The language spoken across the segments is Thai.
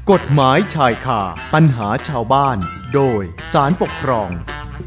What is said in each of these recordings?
กฎหมายชายคาปัญหาชาวบ้านโดยศาลปกครอง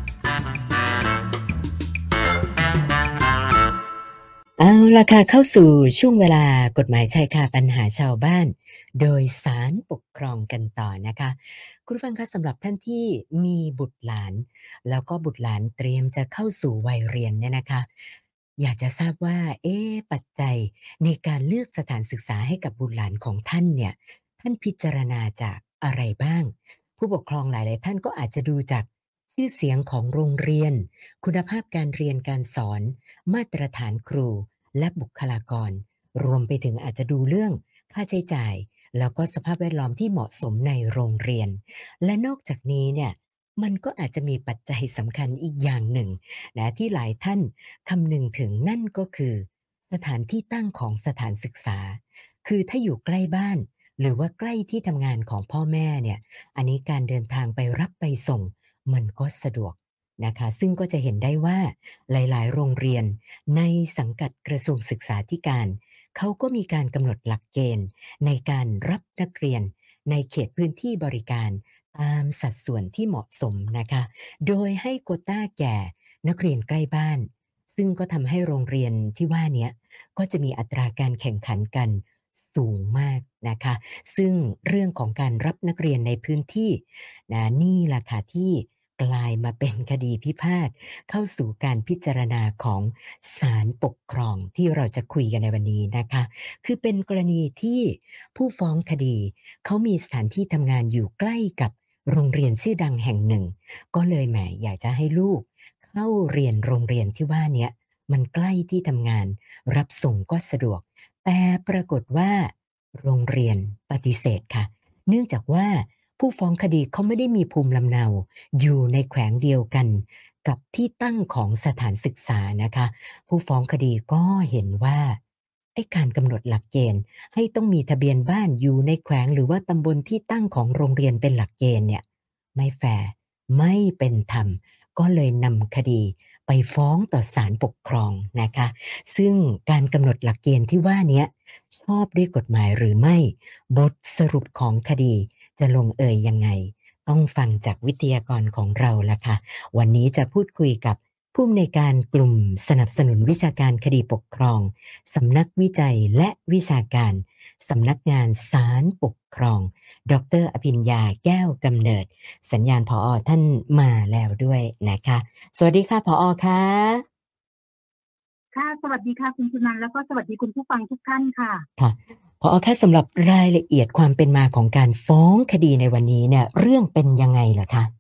เอาล่ะค่ะเข้าสู่ช่วงเวลากฎหมายชายคาปัญหาชาวบ้านโดยศาลปกครองกันต่อนะคะคุณผู้ฟังคะสำหรับท่านที่มีบุตรหลานแล้วก็บุตรหลานเตรียมจะเข้าสู่วัยเรียนเนี่ยนะคะอยากจะทราบว่าปัจจัยในการเลือกสถานศึกษาให้กับบุตรหลานของท่านเนี่ยท่านพิจารณาจากอะไรบ้างผู้ปกครองหลายๆท่านก็อาจจะดูจากชื่อเสียงของโรงเรียนคุณภาพการเรียนการสอนมาตรฐานครูและบุคลากรรวมไปถึงอาจจะดูเรื่องค่าใช้จ่ายแล้วก็สภาพแวดล้อมที่เหมาะสมในโรงเรียนและนอกจากนี้เนี่ยมันก็อาจจะมีปัจจัยสำคัญอีกอย่างหนึ่งนะที่หลายท่านคำนึงถึงนั่นก็คือสถานที่ตั้งของสถานศึกษาคือถ้าอยู่ใกล้บ้านหรือว่าใกล้ที่ทำงานของพ่อแม่เนี่ยอันนี้การเดินทางไปรับไปส่งมันก็สะดวกนะคะซึ่งก็จะเห็นได้ว่าหลายๆโรงเรียนในสังกัดกระทรวงศึกษาธิการเขาก็มีการกำหนดหลักเกณฑ์ในการรับนักเรียนในเขตพื้นที่บริการตามสัดส่วนที่เหมาะสมนะคะโดยให้โควตาแก่นักเรียนใกล้บ้านซึ่งก็ทำให้โรงเรียนที่ว่าเนี้ยก็จะมีอัตราการแข่งขันกันสูงมากนะคะซึ่งเรื่องของการรับนักเรียนในพื้นที่นี่แหละค่ะที่กลายมาเป็นคดีพิพาทเข้าสู่การพิจารณาของศาลปกครองที่เราจะคุยกันในวันนี้นะคะคือเป็นกรณีที่ผู้ฟ้องคดีเขามีสถานที่ทำงานอยู่ใกล้กับโรงเรียนชื่อดังแห่งหนึ่งก็เลยแหมอยากจะให้ลูกเข้าเรียนโรงเรียนที่ว่าเนี้ยมันใกล้ที่ทำงานรับส่งก็สะดวกแต่ปรากฏว่าโรงเรียนปฏิเสธค่ะเนื่องจากว่าผู้ฟ้องคดีเขาไม่ได้มีภูมิลำเนาอยู่ในแขวงเดียวกันกับที่ตั้งของสถานศึกษานะคะผู้ฟ้องคดีก็เห็นว่าไอ้การกำหนดหลักเกณฑ์ให้ต้องมีทะเบียนบ้านอยู่ในแขวงหรือว่าตำบลที่ตั้งของโรงเรียนเป็นหลักเกณฑ์เนี่ยไม่แฟร์ไม่เป็นธรรมก็เลยนำคดีไปฟ้องต่อศาลปกครองนะคะซึ่งการกำหนดหลักเกณฑ์ที่ว่าเนี้ยชอบด้วยกฎหมายหรือไม่บทสรุปของคดีจะลงเอยยังไงต้องฟังจากวิทยากรของเราละค่ะวันนี้จะพูดคุยกับผู้อำนวยการกลุ่มสนับสนุนวิชาการคดีปกครองสำนักวิจัยและวิชาการสำนักงานศาลปกครองดร.อภิญญาแก้วกำเนิดสัญญาณผอ.ท่านมาแล้วด้วยนะคะสวัสดีค่ะผอ.ค่ะค่ะสวัสดีค่ะคุณสุนันท์แล้วก็สวัสดีคุณผู้ฟังทุกท่านค่ะค่ะผอ.คะสำหรับรายละเอียดความเป็นมาของการฟ้องคดีในวันนี้เนี่ยเรื่องเป็นยังไงเหรอคะ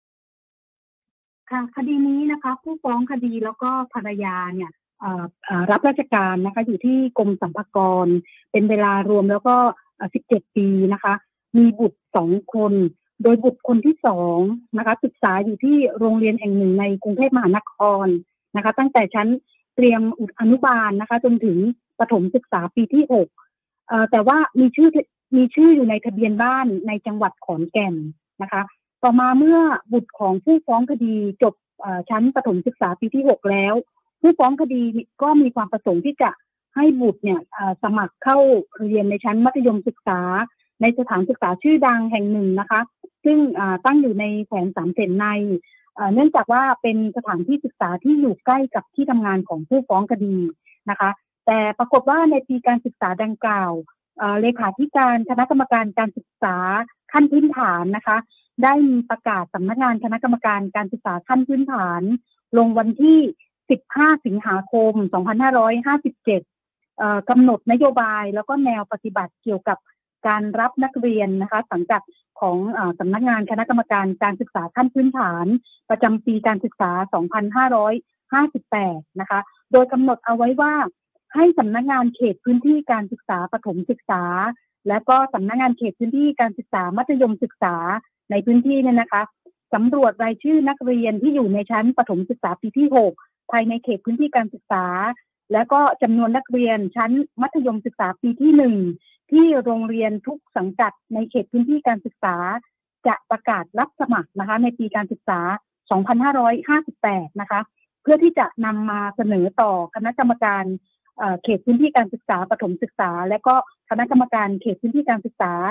ค่ะคดีนี้นะคะผู้ฟ้องคดีแล้วก็ภรรยาเนี่ยรับราชการนะคะอยู่ที่กรมสรรพากรเป็นเวลารวมแล้วก็17 ปีนะคะมีบุตร2 คนโดยบุตรคนที่2นะคะศึกษาอยู่ที่โรงเรียนแห่งหนึ่งในกรุงเทพมหานครนะคะตั้งแต่ชั้นเตรียมอนุบาลนะคะจนถึงประถมศึกษาปีที่6แต่ว่ามีชื่ออยู่ในทะเบียนบ้านในจังหวัดขอนแก่นนะคะต่อมาเมื่อบุตรของผู้ฟ้องคดีจบชั้นประถมศึกษาปีที่6แล้วผู้ฟ้องคดีก็มีความประสงค์ที่จะให้บุตรเนี่ยสมัครเข้าเรียนในชั้นมัธยมศึกษาในสถานศึกษาชื่อดังแห่งหนึ่งนะคะซึ่งตั้งอยู่ในแขวงสามเสนในเนื่องจากว่าเป็นสถานที่ศึกษาที่อยู่ใกล้กับที่ทำงานของผู้ฟ้องคดีนะคะแต่ปรากฏว่าในปีการศึกษาดังกล่าวเลขาธิการคณะกรรมการการศึกษาขั้นพื้นฐานนะคะได้มีประกาศสำนักงานคณะกรรมการการศึกษาขั้นพื้นฐานลงวันที่15 สิงหาคม 2557กำหนดนโยบายแล้วก็แนวปฏิบัติเกี่ยวกับการรับนักเรียนนะคะสังกัดของสำนักงานคณะกรรมการการศึกษาขั้นพื้นฐานประจำปีการศึกษา 2558 นะคะโดยกำหนดเอาไว้ว่าให้สำนักงานเขตพื้นที่การศึกษาประถมศึกษาและก็สำนักงานเขตพื้นที่การศึกษามัธยมศึกษาในพื้นที่เนี่ยนะคะสำรวจรายชื่อนักเรียนที่อยู่ในชั้นประถมศึกษาปีที่6ภายในเขตพื้นที่การศึกษาและก็จำนวนนักเรียนชั้นมัธยมศึกษาปีที่1ที่โรงเรียนทุกสังกัดในเขตพื้นที่การศึกษาจะประกาศรับสมัครนะคะในปีการศึกษา 2558 นะคะเพื่อที่จะนำมาเสนอต่อคณะกรรมการเขตพื้นที่การศึกษาประถมศึกษาและก็คณะกรรมการเขตพื้นที่การศึกษา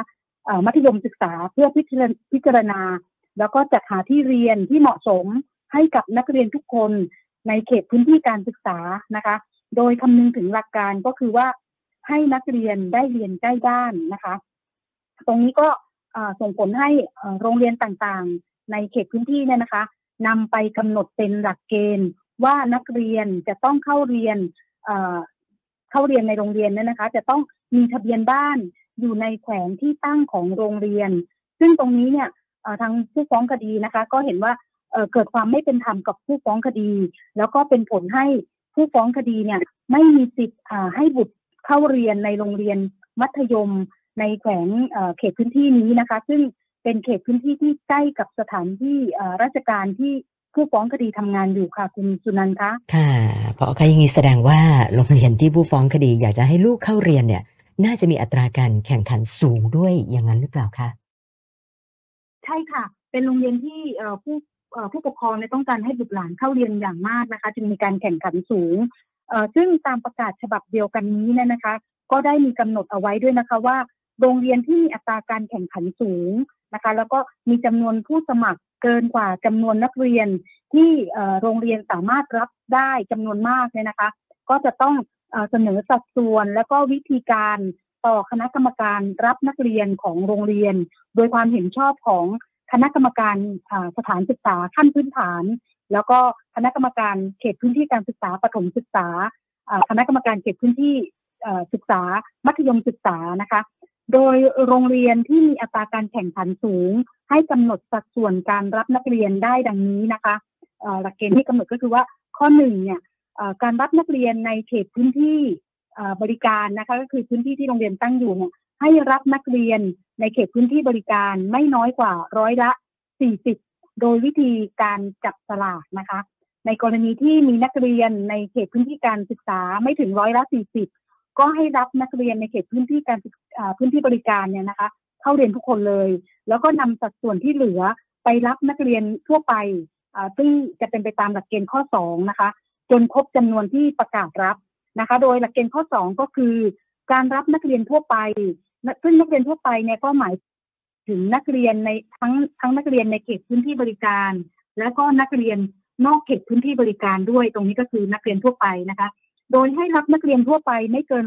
มัธยมศึกษาเพื่อพิจารณาแล้วก็จัดหาที่เรียนที่เหมาะสมให้กับนักเรียนทุกคนในเขตพื้นที่การศึกษานะคะโดยคำนึงถึงหลักการก็คือว่าให้นักเรียนได้เรียนใกล้บ้านนะคะตรงนี้ก็ส่งผลให้โรงเรียนต่างๆในเขตพื้นที่เนี่ยนะคะนำไปกำหนดเป็นหลักเกณฑ์ว่านักเรียนจะต้องเข้าเรียนในโรงเรียนเนี่ยนะคะจะต้องมีทะเบียนบ้านอยู่ในแขวงที่ตั้งของโรงเรียนซึ่งตรงนี้เนี่ยทางผู้ฟ้องคดีนะคะก็เห็นว่าเกิดความไม่เป็นธรรมกับผู้ฟ้องคดีแล้วก็เป็นผลให้ผู้ฟ้องคดีเนี่ยไม่มีสิทธิ์ให้บุตรเข้าเรียนในโรงเรียนมัธยมในแขวงเขตพื้นที่นี้นะคะซึ่งเป็นเขตพื้นที่ที่ใกล้กับสถานที่ราชการที่ผู้ฟ้องคดีทำงานอยู่ค่ะคุณสุนันท์คะค่ะเพราะอย่างนี้แสดงว่าโรงเรียนที่ผู้ฟ้องคดีอยากจะให้ลูกเข้าเรียนเนี่ยน่าจะมีอัตราการแข่งขันสูงด้วยอย่างนั้นหรือเปล่าคะใช่ค่ะเป็นโรงเรียนที่ผู้ปกครองต้องการให้บุตรหลานเข้าเรียนอย่างมากนะคะจึงมีการแข่งขันสูงซึ่งตามประกาศฉบับเดียวกันนี้เนี่ยนะคะก็ได้มีกำหนดเอาไว้ด้วยนะคะว่าโรงเรียนที่มีอัตราการแข่งขันสูงนะคะแล้วก็มีจำนวนผู้สมัครเกินกว่าจำนวนนักเรียนที่โรงเรียนสามารถรับได้จำนวนมากเนี่ยนะคะก็จะต้องเสนอสัดส่วนแล้วก็วิธีการต่อคณะกรรมการรับนักเรียนของโรงเรียนโดยความเห็นชอบของคณะกรรมการสถานศึกษาขั้นพื้นฐานแล้วก็คณะกรรมการเขตพื้นที่การศึกษาประถมศึกษาคณะกรรมการเขตพื้นที่ศึกษามัธยมศึกษานะคะโดยโรงเรียนที่มีอัตราการแข่งขันสูงให้กำหนดสัดส่วนการรับนักเรียนได้ดังนี้นะคะหลักเกณฑ์ที่กำหนดก็คือว่าข้อ1เนี่ยการรับนักเรียนในเขตพื้นที่บริการนะคะก็คือพื้นที่ที่โรงเรียนตั้งอยู่เนี่ยให้รับนักเรียนในเขตพื้นที่บริการไม่น้อยกว่า40%โดยวิธีการจับสลากนะคะในกรณีที่มีนักเรียนในเขตพื้นที่การศึกษาไม่ถึง40%ก็ให้รับนักเรียนในเขตพื้นที่การพื้นที่บริการเนี่ยนะคะเข้าเรียนทุกคนเลยแล้วก็นำสัดส่วนที่เหลือไปรับนักเรียนทั่วไปซึ่งจะเป็นไปตามหลักเกณฑ์ข้อ2นะคะจนครบจำนวนที่ประกาศรับนะคะโดยหลักเกณฑ์ข้อ2ก็คือการรับนักเรียนทั่วไปซึ่งนักเรียนทั่วไปเนี่ยก็หมายถึงนักเรียนในทั้งนักเรียนในเขตพื้นที่บริการและก็นักเรียนนอกเขตพื้นที่บริการด้วยตรงนี้ก็คือนักเรียนทั่วไปนะคะโดยให้รับนักเรียนทั่วไปไม่เกิน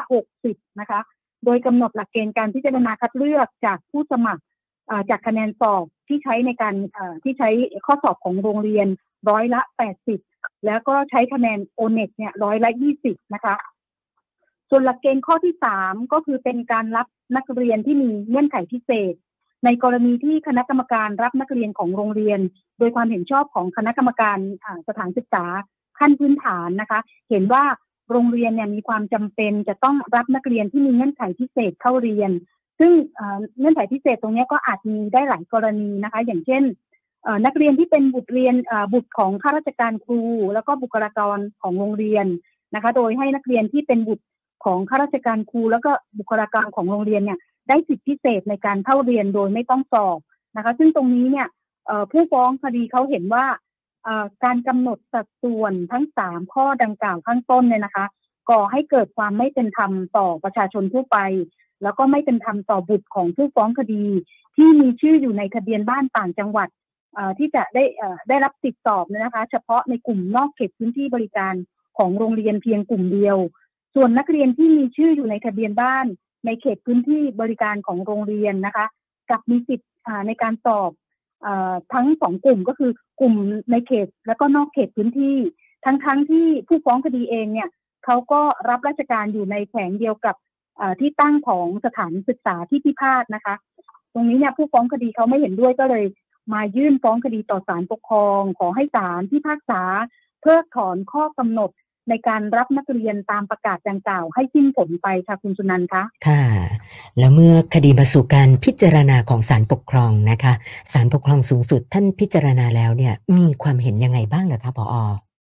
60%นะคะโดยกำหนดหลักเกณฑ์การพิจารณาคัดเลือกจากผู้สมัครจากคะแนนสอบที่ใช้ในการที่ใช้ข้อสอบของโรงเรียน80%แล้วก็ใช้คะแนน O-NET เนี่ย20%นะคะส่วนหลักเกณฑ์ข้อที่3ก็คือเป็นการรับนักเรียนที่มีเงื่อนไขพิเศษในกรณีที่คณะกรรมการรับนักเรียนของโรงเรียนโดยความเห็นชอบของคณะกรรมการสถานศึกษาขั้นพื้นฐานนะคะเห็นว่าโรงเรียนเนี่ยมีความจำเป็นจะต้องรับนักเรียนที่มีเงื่อนไขพิเศษเข้าเรียนซึ่งเงื่อนไขพิเศษตรงนี้ก็อาจมีได้หลายกรณีนะคะอย่างเช่นนักเรียนที่เป็นบุตรของข้าราชการครูแล้วก็บุคลากรของโรงเรียนนะคะโดยให้นักเรียนที่เป็นบุตรของข้าราชการครูแล้วก็บุคลากรของโรงเรียนเนี่ยได้สิทธิพิเศษในการเข้าเรียนโดยไม่ต้องสอบนะคะซึ่งตรงนี้เนี่ยผู้ฟ้องคดีเขาเห็นว่าการกำหนดสัดส่วนทั้ง3ข้อดังกล่าวข้างต้นเนี่ยนะคะก่อให้เกิดความไม่เป็นธรรมต่อประชาชนทั่วไปแล้วก็ไม่เป็นธรรมต่อบุตรของผู้ฟ้องคดีที่มีชื่ออยู่ในทะเบียนบ้านต่างจังหวัดที่จะได้รับสิทธิสอบนะคะเฉพาะในกลุ่มนอกเขตพื้นที่บริการของโรงเรียนเพียงกลุ่มเดียวส่วนนักเรียนที่มีชื่ออยู่ในทะเบียนบ้านในเขตพื้นที่บริการของโรงเรียนนะคะกับมีสิทธิ์ในการสอบทั้ง2กลุ่มก็คือกลุ่มในเขตและก็นอกเขตพื้นที่ทั้งที่ผู้ฟ้องคดีเองเนี่ยเขาก็รับราชการอยู่ในแขวงเดียวกับที่ตั้งของสถานศึกษาที่พิพาทนะคะตรงนี้เนี่ยผู้ฟ้องคดีเขาไม่เห็นด้วยก็เลยมายื่นฟ้องคดีต่อศาลปกครองขอให้ศาลพิพากษาเพิกถอนข้อกำหนดในการรับนักเรียนตามประกาศดังกล่าวให้สิ้นผลไปค่ะคุณสุนันท์คะค่ะแล้วเมื่อคดีมาสู่การพิจารณาของศาลปกครองนะคะศาลปกครองสูงสุดท่านพิจารณาแล้วเนี่ยมีความเห็นยังไงบ้างเหรอคะผอ.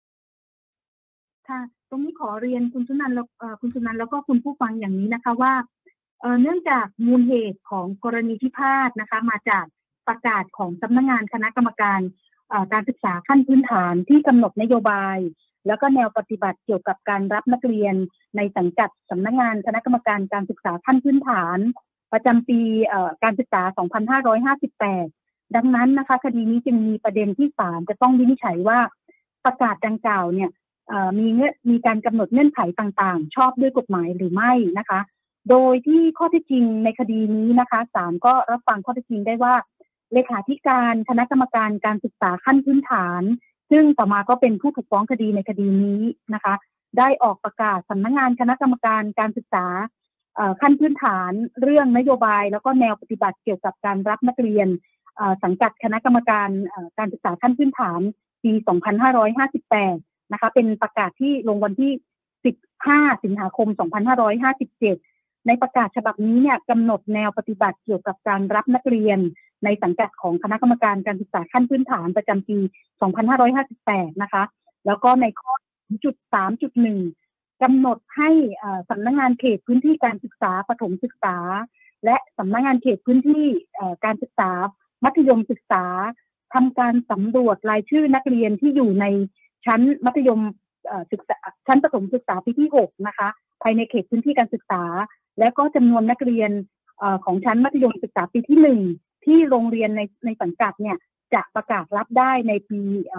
ค่ะตรงนี้ขอเรียนคุณสุนันท์แล้วก็คุณผู้ฟังอย่างนี้นะคะว่าเนื่องจากมูลเหตุของกรณีพิพาทนะคะมาจากประกาศของสำนักงานคณะกรรมการการศึกษาขั้นพื้นฐานที่กำหนดนโยบายแล้วก็แนวปฏิบัติเกี่ยวกับการรับนักเรียนในสังกัดสำนักงานคณะกรรมการการศึกษาขั้นพื้นฐานประจำปีการศึกษา 2558 ดังนั้นนะคะคดีนี้จึงมีประเด็นที่ศาลจะต้องวินิจฉัยว่าประกาศดังกล่าวเนี่ยมีการกำหนดเงื่อนไขต่างๆชอบด้วยกฎหมายหรือไม่นะคะโดยที่ข้อเท็จจริงในคดีนี้นะคะศาลก็รับฟังข้อเท็จจริงได้ว่าเลขาธิการคณะกรรมการการศึกษาขั้นพื้นฐานซึ่งต่อมาก็เป็นผู้ถูกฟ้องคดีในคดีนี้นะคะได้ออกประกาศสำนักงานคณะกรรมการการศึกษาขั้นพื้นฐานเรื่องนโยบายแล้วก็แนวปฏิบัติเกี่ยวกับการรับนักเรียนสังกัดคณะกรรมการการศึกษาขั้นพื้นฐานปี 2558 นะคะเป็นประกาศที่ลงวันที่ 15 สิงหาคม 2557 ในประกาศฉบับนี้เนี่ยกำหนดแนวปฏิบัติเกี่ยวกับการรับนักเรียนในสังกัดของคณะกรรมการการศึกษาขั้นพื้นฐานประจำปี 2558 นะคะแล้วก็ในข้อ 3.1 กำหนดให้สำนักงานเขตพื้นที่การศึกษาประถมศึกษาและสำนักงานเขตพื้นที่การศึกษามัธยมศึกษาทำการสำรวจรายชื่อนักเรียนที่อยู่ในชั้นมัธยมศึกษาชั้นประถมศึกษาปีที่ 6 นะคะภายในเขตพื้นที่การศึกษาและก็จำนวนนักเรียนของชั้นมัธยมศึกษาปีที่ 1 ที่โรงเรียนในสังกัดเนี่ยจะประกาศรับได้ในปี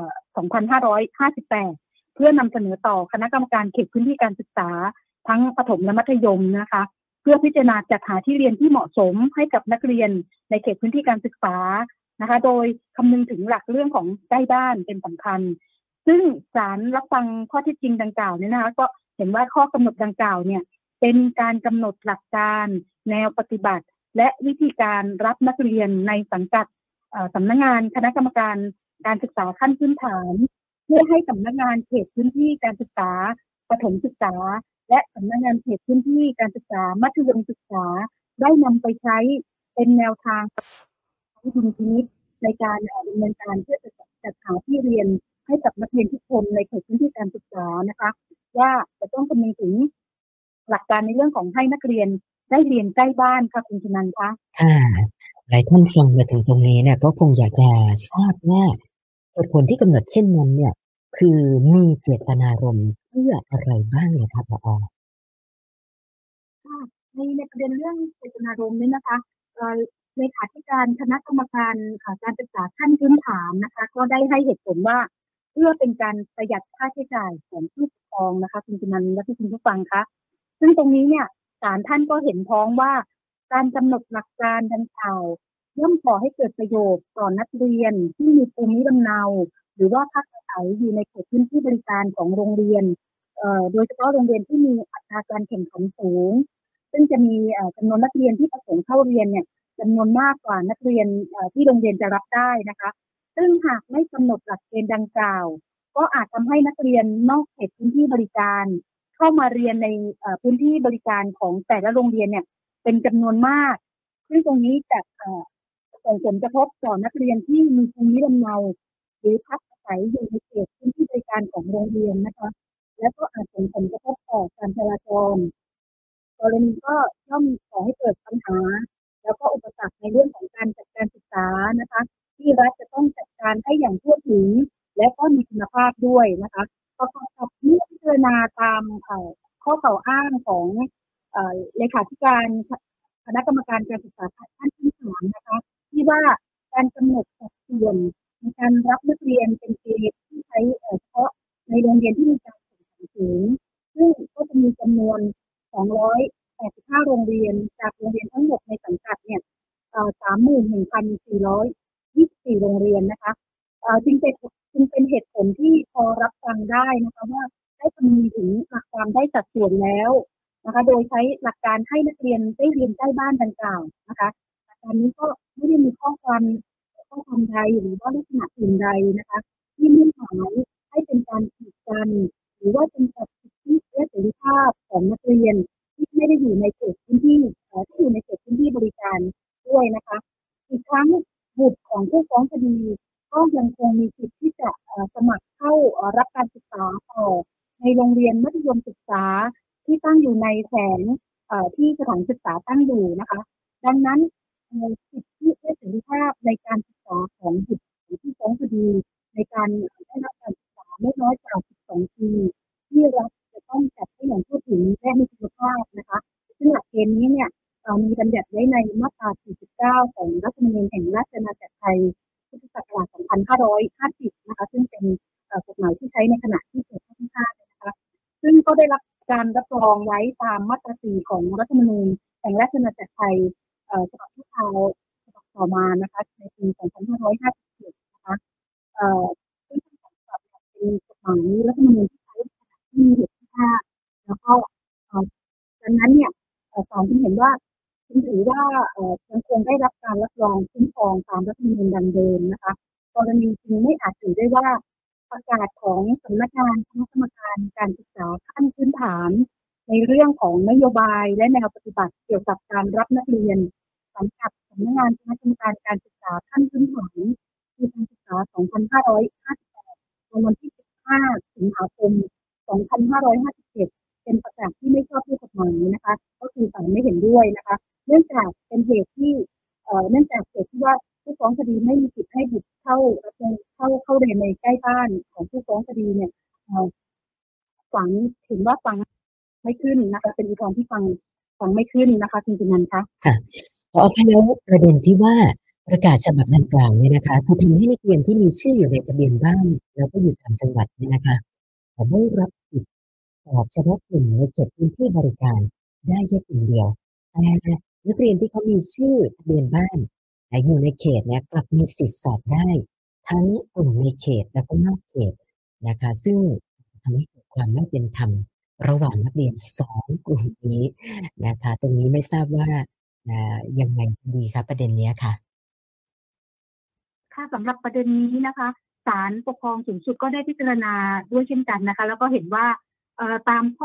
2558 เพื่อนำเสนอต่อคณะกรรมการเขตพื้นที่การศึกษาทั้งประถมและมัธยมนะคะเพื่อพิจารณาจัดหาที่เรียนที่เหมาะสมให้กับนักเรียนในเขตพื้นที่การศึกษานะคะโดยคำนึงถึงหลักเรื่องของใกล้บ้านเป็นสำคัญซึ่งศาลรับฟังข้อเท็จจริงดังกล่าวเนี่ยนะคะก็เห็นว่าข้อกำหนดดังกล่าวเนี่ยเป็นการกำหนดหลักการแนวปฏิบัติและวิธีการรับนักเรียนในสังกัดสำนักงานคณะกรรมการการศึกษาขั้นพื้นฐานเพื่อให้สำนักงานเขตพื้นที่การศึกษาประถมศึกษาและสำนักงานเขตพื้นที่การศึกษามัธยมศึกษาได้นำไปใช้เป็นแนวทางดุลพินิจในการดำเนินการเพื่อจัดหาที่เรียนให้กับนักเรียนทุกคนในเขตพื้นที่การศึกษานะคะว่าจะต้องคำนึงถึงหลักการในเรื่องของให้นักเรียนได้เรียนใกล้บ้านค่ะคุณชนันท์คะค่ะหลายท่านฟังมาถึงตรงนี้เนี่ยก็คงอยากจะทราบว่าเหตุผลที่กำหนดเช่นนั้นเนี่ยคือมีเจตนารมณ์เพื่ออะไรบ้างเหรอคะผอ. ค่ะในประเด็นเรื่องเจตนารมณ์นี้นะคะเลขาธิการคณะกรรมการการศึกษาขั้นพื้นฐานนะคะก็ได้ให้เหตุผลว่าเพื่อเป็นการประหยัดค่าใช้จ่ายของผู้ปกครองนะคะคุณชนันท์และคุณผู้ฟังคะซึ่งตรงนี้เนี่ยศาลท่านก็เห็นพ้องว่าการกำหนดหลักการดังกล่าวย่อมก่อให้เกิดประโยชน์ต่อนักเรียนที่มีภูมิลำเนาหรือว่าพักอาศัยอยู่ในเขตพื้นที่บริการของโรงเรียนโดยเฉพาะโรงเรียนที่มีอัตราการแข่งขันสูงซึ่งจะมีจำนวนนักเรียนที่ประสงค์เข้าเรียนเนี่ยจำนวนมากกว่านักเรียนที่โรงเรียนจะรับได้นะคะซึ่งหากไม่กำหนดหลักเกณฑ์ดังกล่าวก็อาจทำให้นักเรียนนอกเขตพื้นที่บริการเข้ามาเรียนในพื้นที่บริการของแต่ละโรงเรียนเนี่ยเป็นจำนวนมากซึ่งตรงนี้จะส่งผลกระทบต่อนักเรียนที่มีภูมิลำเนาหรือพักอาศัยอยู่ในเขตพื้นที่บริการของโรงเรียนนะคะและก็อาจส่งผลกระทบต่อการจราจรกรณีก็ย่อมก่อให้เกิดปัญหาแล้วก็อุปสรรคในเรื่องของการจัดการศึกษานะคะที่รัฐจะต้องจัดการให้อย่างทั่วถึงและก็มีคุณภาพด้วยนะคะประกอบกับเมื่อพิจารณาตามข้อกล่าวอ้างของเลขาธิการคณะกรรมการการศึกษาขั้นพื้นฐานนะคะที่ว่าการกำหนดสัดส่วนในการรับนักเรียนเป็นเกณฑ์ที่ใช้เฉพาะในโรงเรียนที่มีการแข่งขันสูงซึ่งก็จะมีจำนวน285 โรงเรียนจากโรงเรียนทั้งหมดในสังกัดเนี่ย31,424 โรงเรียนนะคะจึงเป็นเหตุผลที่พอรับฟังได้นะคะว่าได้คำนึงถึงหลักความได้สัดส่วนแล้วนะคะโดยใช้หลักการให้นักเรียนได้เรียนใกล้บ้านดังกล่าวนะคะหลักการนี้ก็ไม่ได้มีข้อความใดหรือว่าลักษณะอื่นใดนะคะที่มุ่งหมายให้เป็นการกีดกันหรือว่าเป็นการสิทธิและเสรีภาพของนักเรียนที่ไม่ได้อยู่ในเขตพื้นที่ที่อยู่ในเขตพื้นที่บริการด้วยนะคะอีกทั้งบุตรของผู้ฟ้องคดีก็ยังคงมีสิทธิ์ที่จะสมัครเข้ารับการศึกษาต่อในโรงเรียนมัธยมศึกษาที่ตั้งอยู่ในแผนที่สถานศึกษาตั้งอยู่นะคะดังนั้นสิทธิและเสรีภาพในการศึกษาของบุตรที่ฟ้องคดีในการได้รับการศึกษาไม่น้อยกว่า12 ปีที่รัฐจะต้องจัดให้อย่างทั่วถึงและมีคุณภาพนะคะซึ่งหลักเกณฑ์นี้เนี่ยมีบัญญัติไว้ในมาตรา 49 ของรัฐธรรมนูญแห่งราชอาณาจักรไทยพุทธศักราช 2550 นะคะซึ่งเป็นกฎหมายที่ใช้ในขณะที่เกิดข้อพิพาทนะคะซึ่งก็ได้รับการรับรองไว้ตามมาตรา 4 ของรัฐธรรมนูญแห่งราชอาณาจักรไทยฉบับที่ฉบับต่อมานะคะในปี 2557 นะคะซึ่งทั้งสองฉบับเป็นกฎหมายรัฐธรรมนูญที่ใช้ในขณะที่มีเหตุพิพาทแล้วก็ดังนั้นเนี่ยศาลจึงเห็นว่าจึงถือว่ายังคงได้รับการรับรองคุ้มครองตามรัฐธรรมนูญดังเดิมนะคะกรณีจึงไม่อาจถือได้ว่าประกาศของสำนักงานคณะกรรมการการศึกษาขั้นพื้นฐานในเรื่องของนโยบายและแนวปฏิบัติเกี่ยวกับการรับนักเรียนสังกัดสำนักงานคณะกรรมการการศึกษาขั้นพื้นฐานปีการศึกษา 2558 ในวันที่ 15 สิงหาคม 2557 เป็นประกาศที่ไม่ชอบด้วยกฎหมายนะคะก็คือศาลไม่เห็นด้วยนะคะเนื่องจากเป็นเหตุที่เนื่องจากเหตุที่ว่าผู้ฟ้องคดีไม่มีสิทธิ์ให้บุตรเข้าเรียนในใกล้บ้านของผู้ฟ้องคดีเนี่ยฟังถึงว่าฟังไม่ขึ้นนะคะเป็นอุทธรณ์ที่ฟังไม่ขึ้นนะคะจริงๆนั้นค่ะพอแล้วประเด็นที่ว่าประกาศฉบับดังกล่าวเนี่ยนะคะคือทำให้นักเรียนที่มีชื่ออยู่ในทะเบียนบ้านแล้วก็อยู่ต่างจังหวัดเนี่ยนะคะได้รับสิทธิ์สอบเฉพาะกลุ่มในเขตพื้นที่บริการได้แค่กลุ่มเดียวแต่นักเรียนที่เขามีชื่อทะเบียนบ้านอยู่ในเขตเนี่ยกลับมีสิทธิ์สอบได้ทั้งกลุ่มในเขตแล้วก็นอกเขตนะคะซึ่งทำให้เกิดความไม่เป็นธรรมระหว่างนักเรียน2กลุ่มนี้นะคะตรงนี้ไม่ทราบว่ายังไงดีคะประเด็นนี้ค่ะสำหรับประเด็นนี้นะคะศาลปกครองสูงสุดก็ได้พิจารณาด้วยเช่นกันนะคะแล้วก็เห็นว่าตามข้อ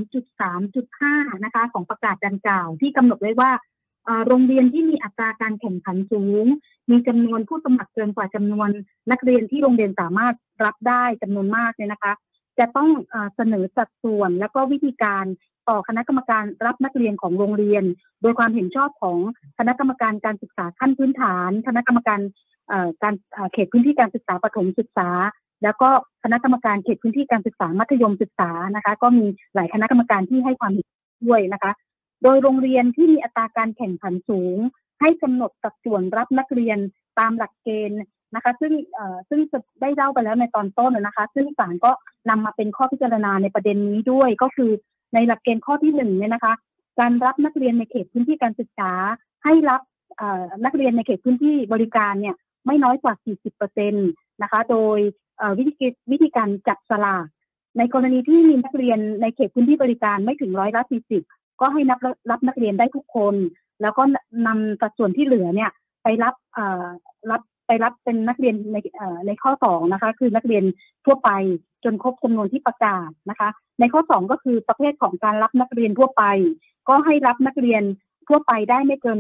3.3.5 นะคะของประกาศดังกล่าวที่กำหนดไว้ว่าโรงเรียนที่มีอัตราการแข่งขันสูงมีจำนวนผู้สมัครเกินกว่าจำนวนนักเรียนที่โรงเรียนสามารถรับได้จำนวนมากเนี่ยนะคะจะต้องเสนอสัดส่วนแล้วก็วิธีการต่อคณะกรรมการรับนักเรียนของโรงเรียนโดยความเห็นชอบของคณะกรรมการการศึกษาขั้นพื้นฐานคณะกรรมการการเขตพื้นที่การศึกษาประถมศึกษาแล้วก็คณะกรรมการเขตพื้นที่การศึกษามัธยมศึกษานะคะก็มีหลายคณะกรรมการที่ให้ความเห็นด้วยนะคะโดยโรงเรียนที่มีอัตราการแข่งขันสูงให้กำหนดสัดส่วนรับนักเรียนตามหลักเกณฑ์นะคะซึ่งได้เล่าไปแล้วในตอนต้นนะคะซึ่งศาลก็นำมาเป็นข้อพิจารณาในประเด็นนี้ด้วยก็คือในหลักเกณฑ์ข้อที่1เนี่ยนะคะการรับนักเรียนในเขตพื้นที่การศึกษาให้รับนักเรียนในเขตพื้นที่บริการเนี่ยไม่น้อยกว่า 40% นะคะโดยวิธีการจับสลากในกรณีที่มีนักเรียนในเขตพื้นที่บริการไม่ถึง40%ก็ให้รับนักเรียนได้ทุกคนแล้วก็นำสัดส่วนที่เหลือเนี่ยไปรับเป็นนักเรียนในข้อ2นะคะคือนักเรียนทั่วไปจนครบจำนวนที่ประกาศนะคะในข้อ2ก็คือประเภทของการรับนักเรียนทั่วไปก็ให้รับนักเรียนทั่วไปได้ไม่เกิน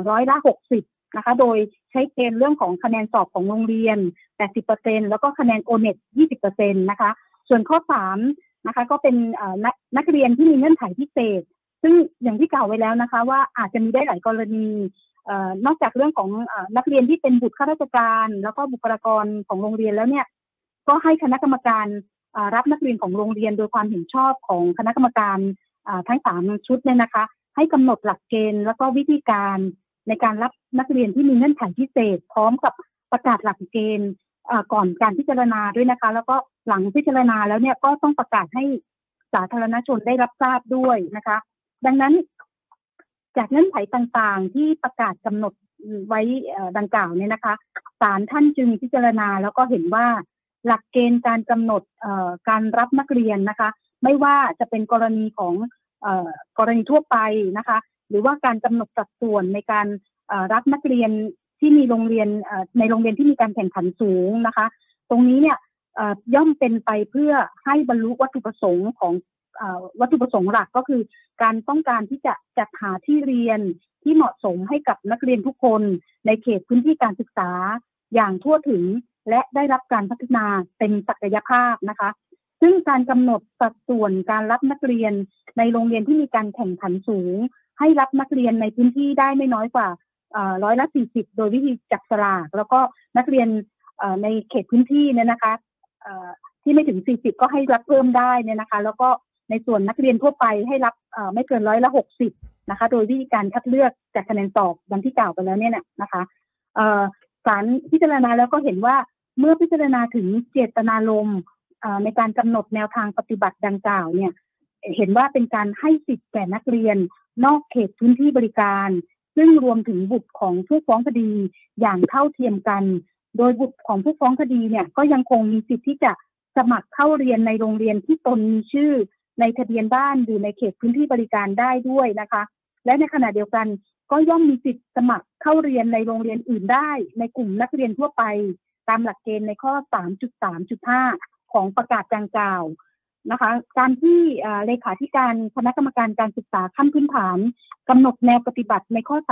60%นะคะโดยใช้เกณฑ์เรื่องของคะแนนสอบของโรงเรียน 80% แล้วก็คะแนน O-NET 20% นะคะส่วนข้อ3นะคะก็เป็นนักเรียนที่มีเงื่อนไขพิเศษซึ่งอย่างที่กล่าวไว้แล้วนะคะว่าอาจจะมีได้หลายกรณีนอกจากเรื่องของนักเรียนที่เป็นบุตรข้าราชการแล้วก็บุคลากรของโรงเรียนแล้วเนี่ยก็ให้คณะกรรมการรับนักเรียนของโรงเรียนโดยความเห็นชอบของคณะกรรมการทั้ง3ชุดเนี่ยนะคะให้กำหนดหลักเกณฑ์แล้วก็วิธีการในการรับนักเรียนที่มีเงื่อนไขพิเศษพร้อมกับประกาศหลักเกณฑ์ก่อนการพิจารณาด้วยนะคะแล้วก็หลังพิจารณาแล้วเนี่ยก็ต้องประกาศให้สาธารณชนได้รับทราบด้วยนะคะดังนั้นจากเงื่อนไขต่างๆที่ประกาศกำหนดไว้ดังกล่าวเนี่ยนะคะศาลท่านจึงพิจารณาแล้วก็เห็นว่าหลักเกณฑ์การกำหนดการรับนักเรียนนะคะไม่ว่าจะเป็นกรณีของกรณีทั่วไปนะคะหรือว่าการกำหนดสัดส่วนในการรับนักเรียนที่มีโรงเรียนในโรงเรียนที่มีการแข่งขันสูงนะคะตรงนี้เนี่ยย่อมเป็นไปเพื่อให้บรรลุวัตถุประสงค์ของวัตถุประสงค์หลักก็คือการต้องการที่จะจัดหาที่เรียนที่เหมาะสมให้กับนักเรียนทุกคนในเขตพื้นที่การศึกษาอย่างทั่วถึงและได้รับการพัฒนาเต็มศักยภาพนะคะซึ่งการกำหนดสัดส่วนการรับนักเรียนในโรงเรียนที่มีการแข่งขันสูงให้รับนักเรียนในพื้นที่ได้ไม่น้อยกว่า40%โดยวิธีจับสลากแล้วก็นักเรียนในเขตพื้นที่เนี่ยนะคะที่ไม่ถึง40ก็ให้รับเพิ่มได้เนี่ยนะคะแล้วก็ในส่วนนักเรียนทั่วไปให้รับไม่เกิน60%นนะคะโดยวิธีการคัดเลือกจากคะแนนสอบดังที่กล่าวไปแล้วเนี่ยนะคะศาลพิจารณาแล้วก็เห็นว่าเมื่อพิจารณาถึงเจตนารมณ์ในการกำหนดแนวทางปฏิบัติดังกล่าวเนี่ยเห็นว่าเป็นการให้สิทธิ์แก่นักเรียนนอกเขตพื้นที่บริการซึ่งรวมถึงบุตรของผู้ฟ้องคดีอย่างเท่าเทียมกันโดยบุตรของผู้ฟ้องคดีเนี่ยก็ยังคงมีสิทธิ์ที่จะสมัครเข้าเรียนในโรงเรียนที่ตนมีชื่อในทะเบียนบ้านอยู่ในเขตพื้นที่บริการได้ด้วยนะคะและในขณะเดียวกันก็ย่อมมีสิทธิ์สมัครเข้าเรียนในโรงเรียนอื่นได้ในกลุ่มนักเรียนทั่วไปตามหลักเกณฑ์ในข้อ 3.3.5 ของประกาศดังกล่าวนะคะการที่เลขาธิการคณะกรรมการการศึกษาขั้นพื้นฐานกำหนดแนวปฏิบัติในข้อ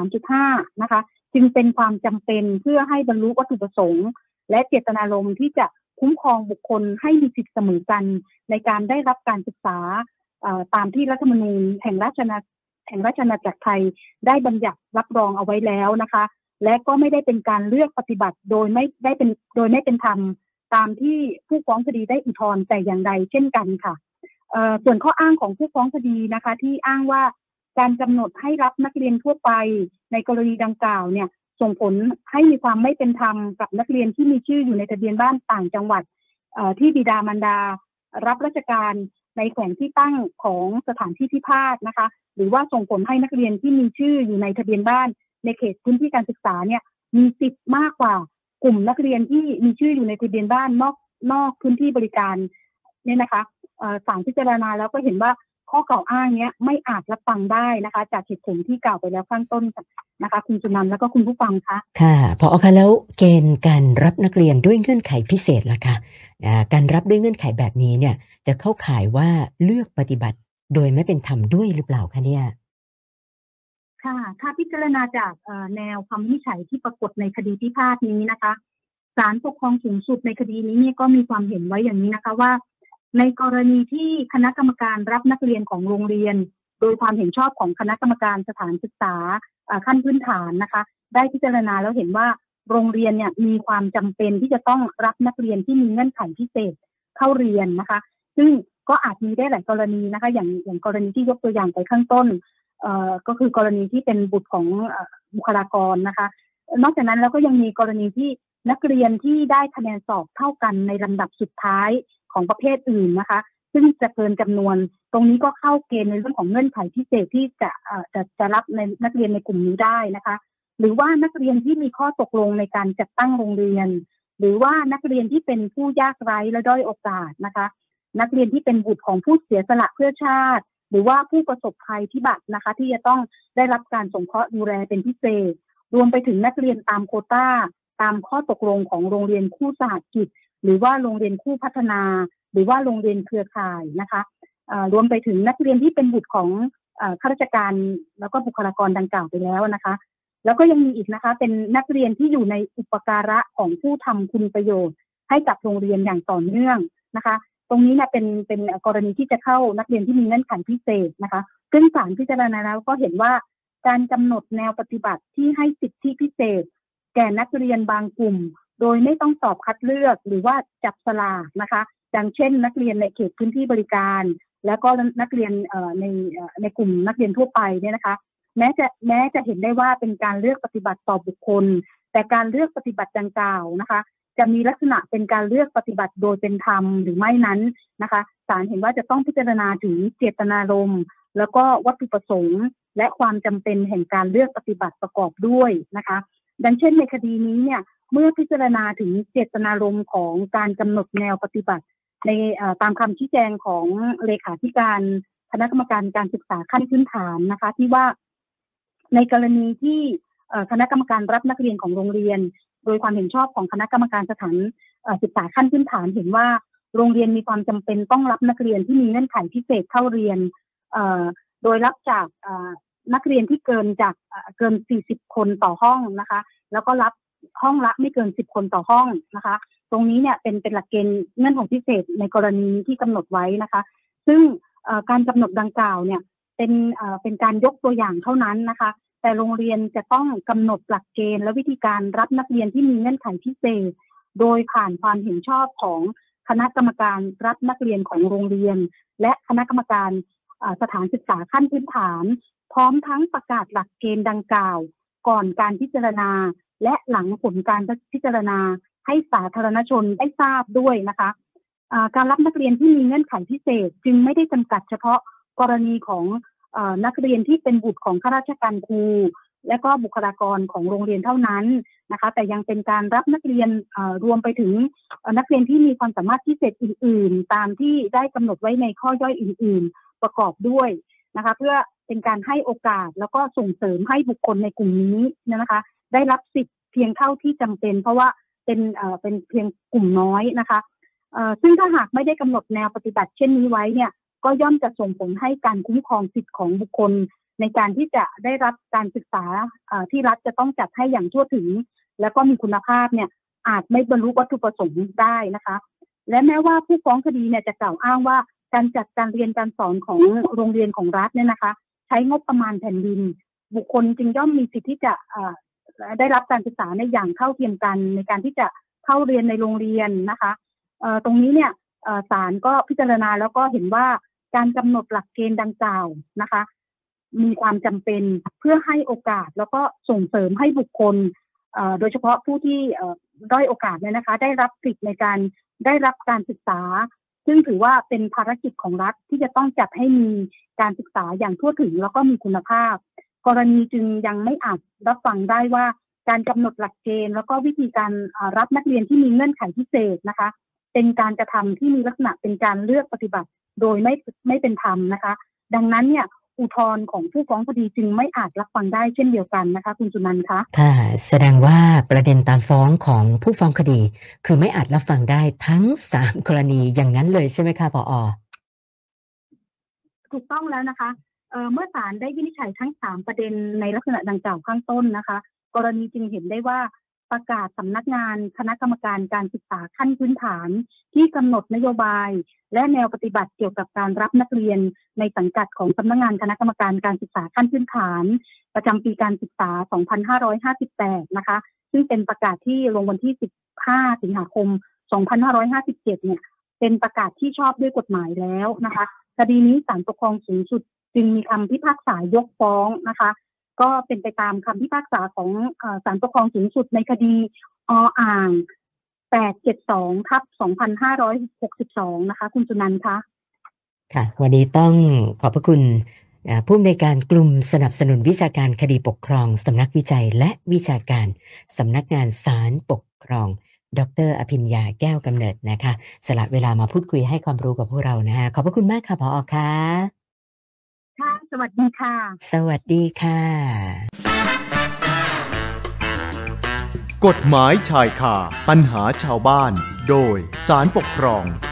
3.3.5 นะคะจึงเป็นความจำเป็นเพื่อให้บรรลุวัตถุประสงค์และเจตนารมณ์ที่จะคุ้มครองบุคคลให้มีสิทธิเสมอกันในการได้รับการศึกษาตามที่รัฐธรรมนูญแห่งราชอาณาจักรไทยได้บัญญัติรับรองเอาไว้แล้วนะคะและก็ไม่ได้เป็นการเลือกปฏิบัติโดยไม่เป็นธรรมตามที่ผู้ฟ้องคดีได้อุทธรณ์แต่อย่างใดเช่นกันค่ะส่วนข้ออ้างของผู้ฟ้องคดีนะคะที่อ้างว่าการกำหนดให้รับนักเรียนทั่วไปในกรณีดังกล่าวเนี่ยส่งผลให้มีความไม่เป็นธรรมกับนักเรียนที่มีชื่ออยู่ในทะเบียนบ้านต่างจังหวัดที่บิดามารดารับราชการในแขวงที่ตั้งของสถานที่พิพาทนะคะหรือว่าส่งผลให้นักเรียนที่มีชื่ออยู่ในทะเบียนบ้านในเขตพื้นที่การศึกษาเนี่ยมีสิทธิ์มากกว่ากลุ่มนักเรียนที่มีชื่ออยู่ในทะเบียนบ้านนอกพื้นที่บริการเนี่ยนะคะศาลพิจารณาแล้วก็เห็นว่าข้อกล่าวอ้างนี้ไม่อาจรับฟังได้นะคะจากเหตุผลที่กล่าวไปแล้วข้างต้นนะคะคุณจุนันท์แล้วก็คุณผู้ฟังคะค่ะพอคะแล้วเกณฑ์การรับนักเรียนด้วยเงื่อนไขพิเศษล่ะคะการรับด้วยเงื่อนไขแบบนี้เนี่ยจะเข้าข่ายว่าเลือกปฏิบัติโดยไม่เป็นธรรมด้วยหรือเปล่าคะเนี่ยค่ะถ้าพิจารณาจากแนวคำวินิจฉัยที่ปรากฏในคดีพิพาทนี้นะคะศาลปกครองสูงสุดในคดีนี้ก็มีความเห็นไว้อย่างนี้นะคะว่าในกรณีที่คณะกรรมการรับนักเรียนของโรงเรียนโดยความเห็นชอบของคณะกรรมการสถานศึกษาขั้นพื้นฐานนะคะได้พิจารณาแล้วเห็นว่าโรงเรียนเนี่ยมีความจำเป็นที่จะต้องรับนักเรียนที่มีเงื่อนไขพิเศษเข้าเรียนนะคะซึ่งก็อาจมีได้หลายกรณีนะคะอย่างกรณีที่ยกตัวอย่างไปข้างต้นก็คือกรณีที่เป็นบุตรของบุคลากรนะคะนอกจากนั้นแล้วก็ยังมีกรณีที่นักเรียนที่ได้คะแนนสอบเท่ากันในลำดับสุดท้ายของประเภทอื่นนะคะซึ่งจะเกินจำนวนตรงนี้ก็เข้าเกณฑ์ในเรื่องของเงื่อนไขพิเศษที่จะรับในนักเรียนในกลุ่มนี้ได้นะคะหรือว่านักเรียนที่มีข้อตกลงในการจัดตั้งโรงเรียนหรือว่านักเรียนที่เป็นผู้ยากไร้และด้อยโอกาสนะคะนักเรียนที่เป็นบุตรของผู้เสียสละเพื่อชาติหรือว่าผู้ประสบภัยพิบัตินะคะที่จะต้องได้รับการสงเคราะห์ดูแลเป็นพิเศษรวมไปถึงนักเรียนตามโควต้าตามข้อตกลงของโรงเรียนคู่สหกิจหรือว่าโรงเรียนคู่พัฒนาหรือว่าโรงเรียนเครือข่ายนะคะรวมไปถึงนักเรียนที่เป็นบุตรของข้าราชการแล้วก็บุคลากรดังกล่าวไปแล้วนะคะแล้วก็ยังมีอีกนะคะเป็นนักเรียนที่อยู่ในอุปการะของผู้ทำคุณประโยชน์ให้กับโรงเรียนอย่างต่อเนื่องนะคะตรงนี้เนี่ยเป็นกรณีที่จะเข้านักเรียนที่มีเงื่อนไขพิเศษนะคะซึ่งศาลพิจารณาแล้วก็เห็นว่าการกำหนดแนวปฏิบัติที่ให้สิทธิพิเศษแก่นักเรียนบางกลุ่มโดยไม่ต้องสอบคัดเลือกหรือว่าจับสลากนะคะดังเช่นนักเรียนในเขตพื้นที่บริการแล้วก็นักเรียนในกลุ่มนักเรียนทั่วไปเนี่ยนะคะแม้จะเห็นได้ว่าเป็นการเลือกปฏิบัติต่อบุคคลแต่การเลือกปฏิบัติดังกล่าวนะคะจะมีลักษณะเป็นการเลือกปฏิบัติโดยเป็นธรรมหรือไม่นั้นนะคะศาลเห็นว่าจะต้องพิจารณาถึงเจตนารมณ์แล้วก็วัตถุประสงค์และความจำเป็นแห่งการเลือกปฏิบัติประกอบด้วยนะคะดังเช่นในคดีนี้เนี่ยเมื่อพิจารณาถึงเจตนารมณ์ของการกำหนดแนวปฏิบัติในตามคำชี้แจงของเลขาธิการคณะกรรมการการศึกษาขั้นพื้นฐานนะคะที่ว่าในกรณีที่คณะกรรมการรับนักเรียนของโรงเรียนโดยความเห็นชอบของคณะกรรมการสถานศึกษาขั้นพื้นฐานเห็นว่าโรงเรียนมีความจำเป็นต้องรับนักเรียนที่มีเงื่อนไขพิเศษเข้าเรียนโดยรับจากนักเรียนที่เกิน40คนต่อห้องนะคะแล้วก็รับห้องละไม่เกิน10คนต่อห้องนะคะตรงนี้เนี่ยเป็นหลักเกณฑ์เงื่อนไขพิเศษในกรณีที่กำหนดไว้นะคะซึ่งการกำหนดดังกล่าวเนี่ยเป็นการยกตัวอย่างเท่านั้นนะคะแต่โรงเรียนจะต้องกำหนดหลักเกณฑ์และวิธีการรับนักเรียนที่มีเงื่อนไขพิเศษโดยผ่านความเห็นชอบของคณะกรรมการรับนักเรียนของโรงเรียนและคณะกรรมการสถานศึกษาขั้นพื้นฐานพร้อมทั้งประกาศหลักเกณฑ์ดังกล่าวก่อนการพิจารณาและหลังผลการพิจารณาให้สาธารณชนได้ทราบด้วยนะคะการรับนักเรียนที่มีเงื่อนไขพิเศษจึงไม่ได้จำกัดเฉพาะกรณีของนักเรียนที่เป็นบุตรของข้าราชการครูและก็บุคลากรของโรงเรียนเท่านั้นนะคะแต่ยังเป็นการรับนักเรียนรวมไปถึงนักเรียนที่มีความสามารถพิเศษอื่นๆตามที่ได้กำหนดไว้ในข้อย่อยอื่นๆประกอบด้วยนะคะเพื่อเป็นการให้โอกาสแล้วก็ส่งเสริมให้บุคคลในกลุ่มนี้นะคะได้รับสิทธิ์เพียงเท่าที่จำเป็นเพราะว่าเป็นเพียงกลุ่มน้อยนะคะซึ่งถ้าหากไม่ได้กำหนดแนวปฏิบัติเช่นนี้ไว้เนี่ยก็ย่อมจะส่งผลให้การคุ้มครองสิทธิของบุคคลในการที่จะได้รับการศึกษาที่รัฐจะต้องจัดให้อย่างทั่วถึงแล้วก็มีคุณภาพเนี่ยอาจไม่บรรลุวัตถุประสงค์ได้นะคะและแม้ว่าผู้ฟ้องคดีเนี่ยจะกล่าวอ้างว่าการจัดการเรียนการสอนของโรงเรียนของรัฐเนี่ยนะคะใช้งบประมาณแผ่นดินบุคคลจึงย่อมมีสิทธิ์ที่จะได้รับการศึกษาในอย่างเท่าเทียมกันในการที่จะเข้าเรียนในโรงเรียนนะคะตรงนี้เนี่ยศาลก็พิจารณาแล้วก็เห็นว่าการกำหนดหลักเกณฑ์ดังกล่าวนะคะมีความจำเป็นเพื่อให้โอกาสแล้วก็ส่งเสริมให้บุคคลโดยเฉพาะผู้ที่ด้อยโอกาสเนี่ยนะคะได้รับสิทธิ์ในการได้รับการศึกษาซึ่งถือว่าเป็นภารกิจของรัฐที่จะต้องจัดให้มีการศึกษาอย่างทั่วถึงแล้วก็มีคุณภาพกรณีจึงยังไม่อาจรับฟังได้ว่าการกำหนดหลักเกณฑ์แล้วก็วิธีการรับนักเรียนที่มีเงื่อนไขพิเศษนะคะเป็นการกระทำที่มีลักษณะเป็นการเลือกปฏิบัติโดยไม่เป็นธรรมนะคะดังนั้นเนี่ยอุทธรณ์ของผู้ฟ้องคดีจึงไม่อาจรับฟังได้เช่นเดียวกันนะคะคุณสุนันท์คะค่ะแสดงว่าประเด็นตามฟ้องของผู้ฟ้องคดีคือไม่อาจรับฟังได้ทั้ง3กรณีอย่างนั้นเลยใช่ไหมคะผอ. ถูกต้องแล้วนะคะเมื่อศาลได้วินิจฉัยทั้ง3ประเด็นในลักษณะดังกล่าวข้างต้นนะคะกรณีจึงเห็นได้ว่าประกาศสำนักงานคณะกรรมการการศึกษาขั้นพื้นฐานที่กำหนดนโยบายและแนวปฏิบัติเกี่ยวกับการรับนักเรียนในสังกัดของสำนักงานคณะกรรมการการศึกษาขั้นพื้นฐานประจำปีการศึกษา 2558 นะคะซึ่งเป็นประกาศที่ลงวันที่ 15 สิงหาคม 2557 เนี่ยเป็นประกาศที่ชอบด้วยกฎหมายแล้วนะคะคดีนี้ศาลปกครองสูงสุดจึงมีคำพิพากษายกฟ้องนะคะก็เป็นไปตามคำพิพากษาของศาลปกครองสูงสุดในคดีอ่าง 872/2562 นะคะคุณสุนันท์คะค่ะวันนี้ต้องขอบพระคุณผู้อำนวยการกลุ่มสนับสนุนวิชาการคดีปกครองสำนักวิจัยและวิชาการสำนักงานศาลปกครองดร.อภิญญาแก้วกำเนิดนะคะสละเวลามาพูดคุยให้ความรู้กับพวกเรานะคะขอบพระคุณมากค่ะผอ.ค่ะค่ะสวัสดีค่ะสวัสดีค่ะกฎหมายชายคาปัญหาชาวบ้านโดยศาลปกครอง